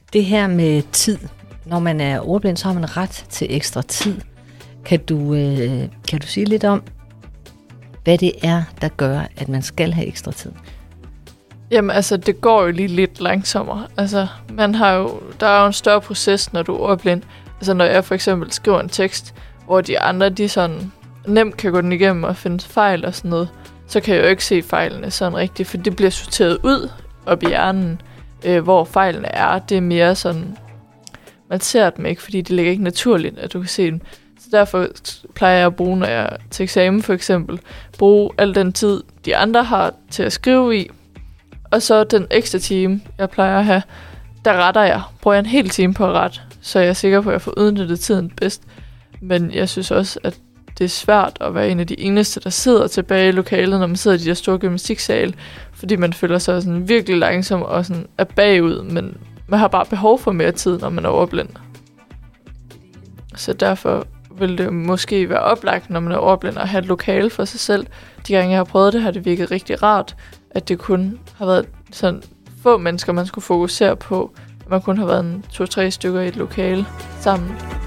Det her med tid. Når man er ordblind, så har man ret til ekstra tid. Kan du sige lidt om, hvad det er, der gør, at man skal have ekstra tid? Jamen altså, det går jo lige lidt langsommere. Altså, der er jo en større proces, når du er ordblind. Altså, når jeg for eksempel skriver en tekst, hvor de andre, de sådan nemt kan gå den igennem og finde fejl og sådan noget, så kan jeg jo ikke se fejlene sådan rigtigt, for det bliver sorteret ud op i hjernen, hvor fejlene er. Det er mere sådan, man ser dem ikke, fordi det ligger ikke naturligt, at du kan se dem. Så derfor plejer jeg at bruge, når jeg til eksamen for eksempel, bruge al den tid, de andre har til at skrive i, og så den ekstra time, jeg plejer at have, bruger jeg en hel time på at rette, så jeg er sikker på, at jeg får udnyttet tiden bedst. Men jeg synes også, at det er svært at være en af de eneste, der sidder tilbage i lokalet, når man sidder i de der store gymnastiksale, fordi man føler sig sådan virkelig langsom og sådan er bagud, men man har bare behov for mere tid, når man er overblind. Så derfor vil det måske være oplagt, når man er overblind, at have et lokale for sig selv. De gange, jeg har prøvet det, har det virket rigtig rart, at det kun har været sådan få mennesker, man skulle fokusere på. Man kun har været 2-3 stykker i et lokale sammen.